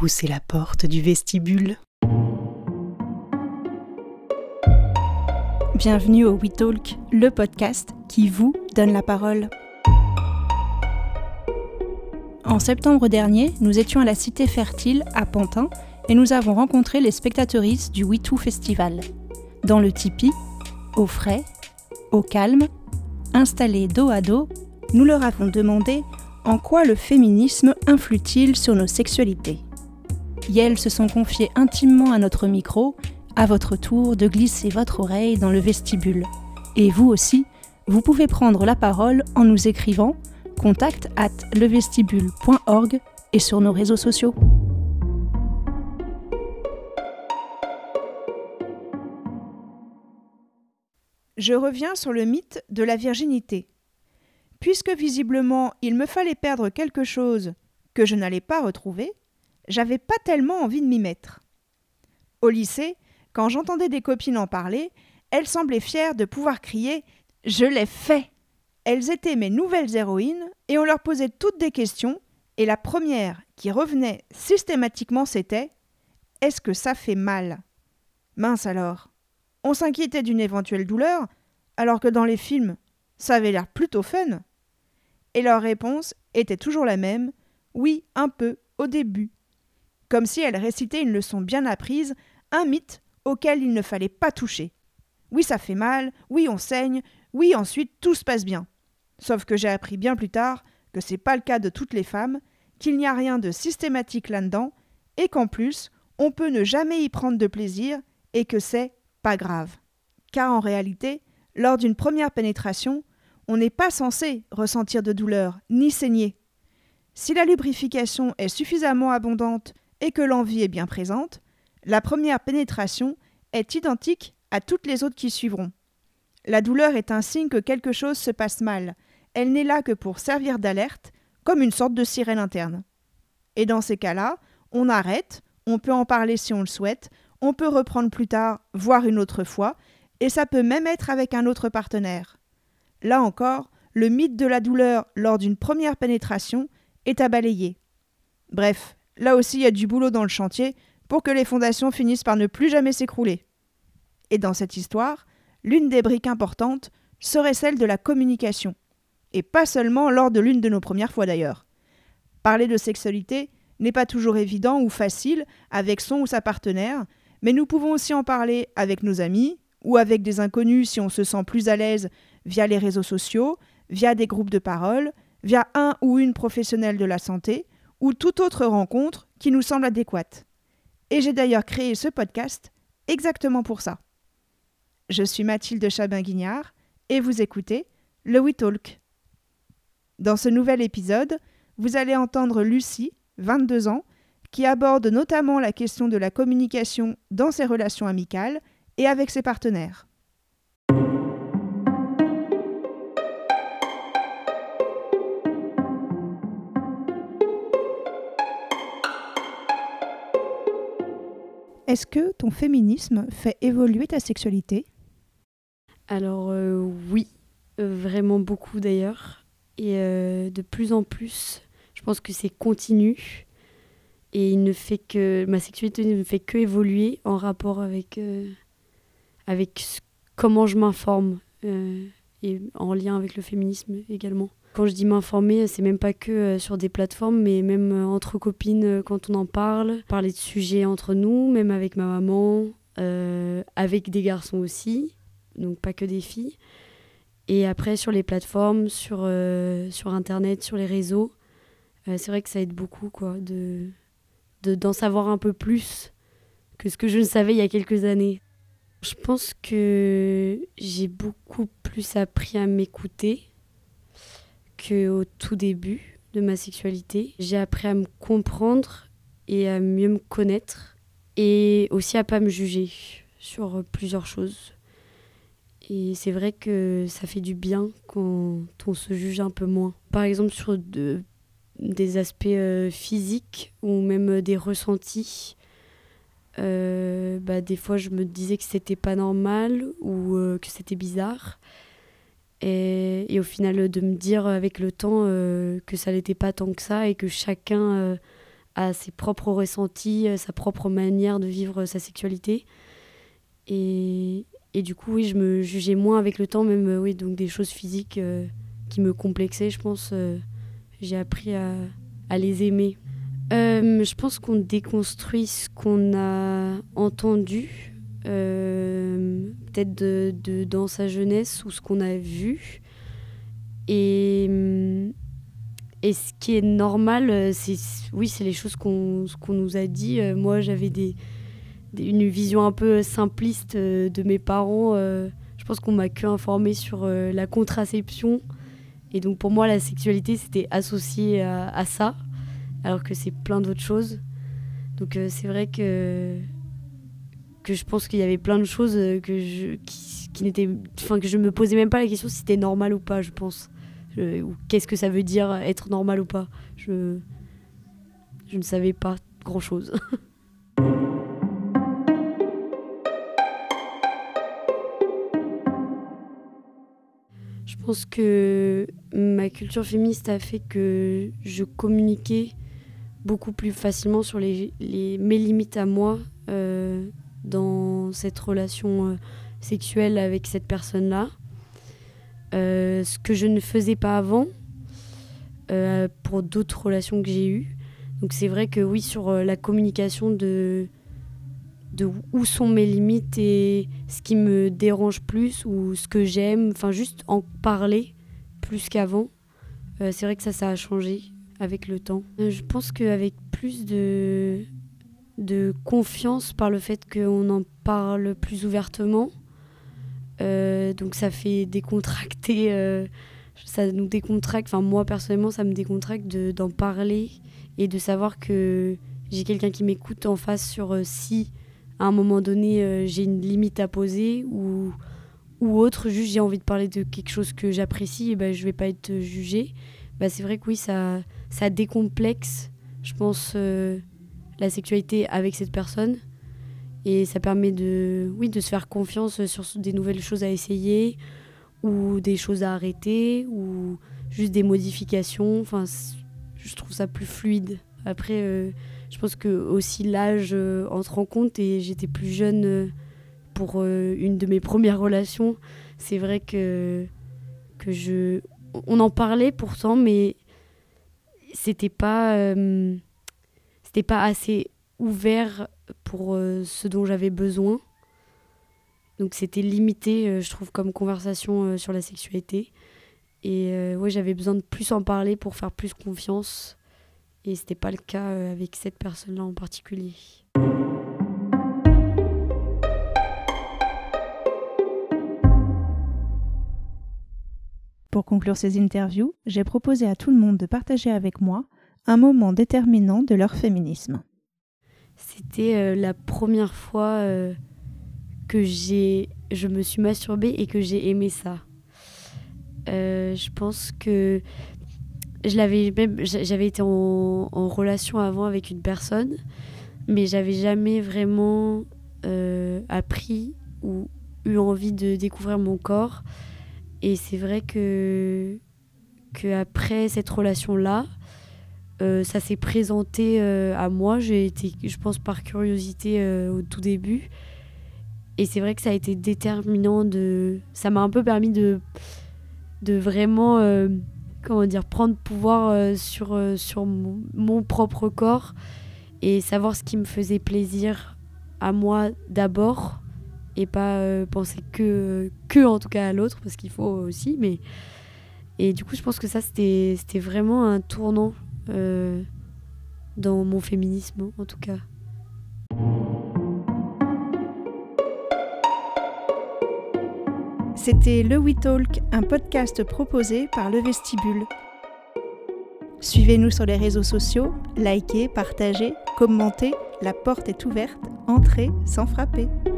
poussez la porte du vestibule. Bienvenue au We Talk, le podcast qui vous donne la parole. En septembre dernier, nous étions à la Cité Fertile, à Pantin, et nous avons rencontré les spectatrices du WeToo Festival. Dans le tipi, au frais, au calme, installés dos à dos, nous leur avons demandé en quoi le féminisme influe-t-il sur nos sexualités. Et elles se sont confiées intimement à notre micro, à votre tour de glisser votre oreille dans le vestibule. Et vous aussi, vous pouvez prendre la parole en nous écrivant contact@levestibule.org et sur nos réseaux sociaux. Je reviens sur le mythe de la virginité. Puisque visiblement il me fallait perdre quelque chose que je n'allais pas retrouver, j'avais pas tellement envie de m'y mettre. Au lycée, quand j'entendais des copines en parler, elles semblaient fières de pouvoir crier « Je l'ai fait !» Elles étaient mes nouvelles héroïnes et on leur posait toutes des questions et la première qui revenait systématiquement c'était « Est-ce que ça fait mal ?» Mince alors. On s'inquiétait d'une éventuelle douleur alors que dans les films, ça avait l'air plutôt fun. Et leur réponse était toujours la même « Oui, un peu, au début ». Comme si elles récitaient une leçon bien apprise, un mythe auquel il ne fallait pas toucher. Oui, ça fait mal, oui, on saigne, oui, ensuite tout se passe bien. Sauf que j'ai appris bien plus tard que c'est pas le cas de toutes les femmes, qu'il n'y a rien de systématique là-dedans, et qu'en plus, on peut ne jamais y prendre de plaisir, et que c'est pas grave. Car en réalité, lors d'une première pénétration, on n'est pas censé ressentir de douleur, ni saigner. Si la lubrification est suffisamment abondante et que l'envie est bien présente, la première pénétration est identique à toutes les autres qui suivront. La douleur est un signe que quelque chose se passe mal. Elle n'est là que pour servir d'alerte, comme une sorte de sirène interne. Et dans ces cas-là, on arrête, on peut en parler si on le souhaite, on peut reprendre plus tard, voire une autre fois, et ça peut même être avec un autre partenaire. Là encore, le mythe de la douleur lors d'une première pénétration est à balayer. Bref, là aussi il y a du boulot dans le chantier pour que les fondations finissent par ne plus jamais s'écrouler. Et dans cette histoire, l'une des briques importantes serait celle de la communication. Et pas seulement lors de l'une de nos premières fois d'ailleurs. Parler de sexualité n'est pas toujours évident ou facile avec son ou sa partenaire, mais nous pouvons aussi en parler avec nos amis ou avec des inconnus si on se sent plus à l'aise via les réseaux sociaux, via des groupes de parole, via un ou une professionnelle de la santé ou toute autre rencontre qui nous semble adéquate. Et j'ai d'ailleurs créé ce podcast exactement pour ça. Je suis Mathilde Chabin-Guignard et vous écoutez le We Talk. Dans ce nouvel épisode, vous allez entendre Lucie, 22 ans, qui aborde notamment la question de la communication dans ses relations amicales et avec ses partenaires. Est-ce que ton féminisme fait évoluer ta sexualité ? Alors oui, vraiment beaucoup d'ailleurs. Et de plus en plus, je pense que c'est continu. Et ma sexualité ne fait que évoluer en rapport avec comment je m'informe et en lien avec le féminisme également. Quand je dis m'informer, c'est même pas que sur des plateformes, mais même entre copines quand on en parle. Parler de sujets entre nous, même avec ma maman, avec des garçons aussi, donc pas que des filles. Et après sur les plateformes, sur Internet, sur les réseaux, c'est vrai que ça aide beaucoup quoi, d'en savoir un peu plus que ce que je ne savais il y a quelques années. Je pense que j'ai beaucoup plus appris à m'écouter qu'au tout début de ma sexualité. J'ai appris à me comprendre et à mieux me connaître et aussi à pas me juger sur plusieurs choses. Et c'est vrai que ça fait du bien quand on se juge un peu moins. Par exemple sur des aspects physiques ou même des ressentis. Des fois je me disais que c'était pas normal ou que c'était bizarre et au final de me dire avec le temps que ça l'était pas tant que ça et que chacun a ses propres ressentis, sa propre manière de vivre sa sexualité. Et du coup, oui, je me jugeais moins avec le temps, même oui, donc des choses physiques qui me complexaient, je pense. J'ai appris à les aimer. Je pense qu'on déconstruit ce qu'on a entendu, peut-être dans sa jeunesse ou ce qu'on a vu. Et ce qui est normal, c'est les choses qu'on nous a dit. Moi, j'avais une vision un peu simpliste de mes parents. Je pense qu'on m'a que informée sur la contraception. Et donc pour moi, la sexualité, c'était associé à ça, alors que c'est plein d'autres choses. Donc c'est vrai que je pense qu'il y avait plein de choses que je me posais même pas la question si c'était normal ou pas, je pense. Ou qu'est-ce que ça veut dire être normal ou pas. Je ne savais pas grand-chose. Je pense que ma culture féministe a fait que je communiquais beaucoup plus facilement sur mes limites à moi dans cette relation sexuelle avec cette personne-là. Ce que je ne faisais pas avant pour d'autres relations que j'ai eues. Donc c'est vrai que oui, sur la communication de où sont mes limites et ce qui me dérange plus ou ce que j'aime, enfin juste en parler plus qu'avant. C'est vrai que ça a changé avec le temps. Je pense qu'avec plus de confiance par le fait qu'on en parle plus ouvertement, donc ça fait décontracter, ça nous décontracte, enfin moi personnellement ça me décontracte d'en parler et de savoir que j'ai quelqu'un qui m'écoute en face sur si à un moment donné j'ai une limite à poser ou autre, juste j'ai envie de parler de quelque chose que j'apprécie et je vais pas être jugée. C'est vrai que oui, ça décomplexe, je pense, la sexualité avec cette personne. Et ça permet de se faire confiance sur des nouvelles choses à essayer ou des choses à arrêter ou juste des modifications. Enfin, je trouve ça plus fluide. Après, je pense que aussi l'âge entre en compte et j'étais plus jeune pour une de mes premières relations. C'est vrai que on en parlait pourtant, mais c'était pas assez ouvert pour ce dont j'avais besoin. Donc c'était limité, je trouve, comme conversation sur la sexualité. Et j'avais besoin de plus en parler pour faire plus confiance. Et c'était pas le cas avec cette personne-là en particulier. Pour conclure ces interviews, j'ai proposé à tout le monde de partager avec moi un moment déterminant de leur féminisme. C'était la première fois que je me suis masturbée et que j'ai aimé ça. Je pense que j'avais été en relation avant avec une personne, mais j'avais jamais vraiment appris ou eu envie de découvrir mon corps. Et c'est vrai que après cette relation-là, ça s'est présenté à moi. J'ai été, je pense, par curiosité au tout début. Et c'est vrai que ça a été déterminant. Ça m'a un peu permis de vraiment prendre pouvoir sur mon propre corps et savoir ce qui me faisait plaisir à moi d'abord et pas penser que en tout cas à l'autre, parce qu'il faut aussi. Et du coup, je pense que ça, c'était vraiment un tournant dans mon féminisme, en tout cas. C'était le We Talk, un podcast proposé par Le Vestibule. Suivez-nous sur les réseaux sociaux, likez, partagez, commentez, la porte est ouverte, entrez sans frapper.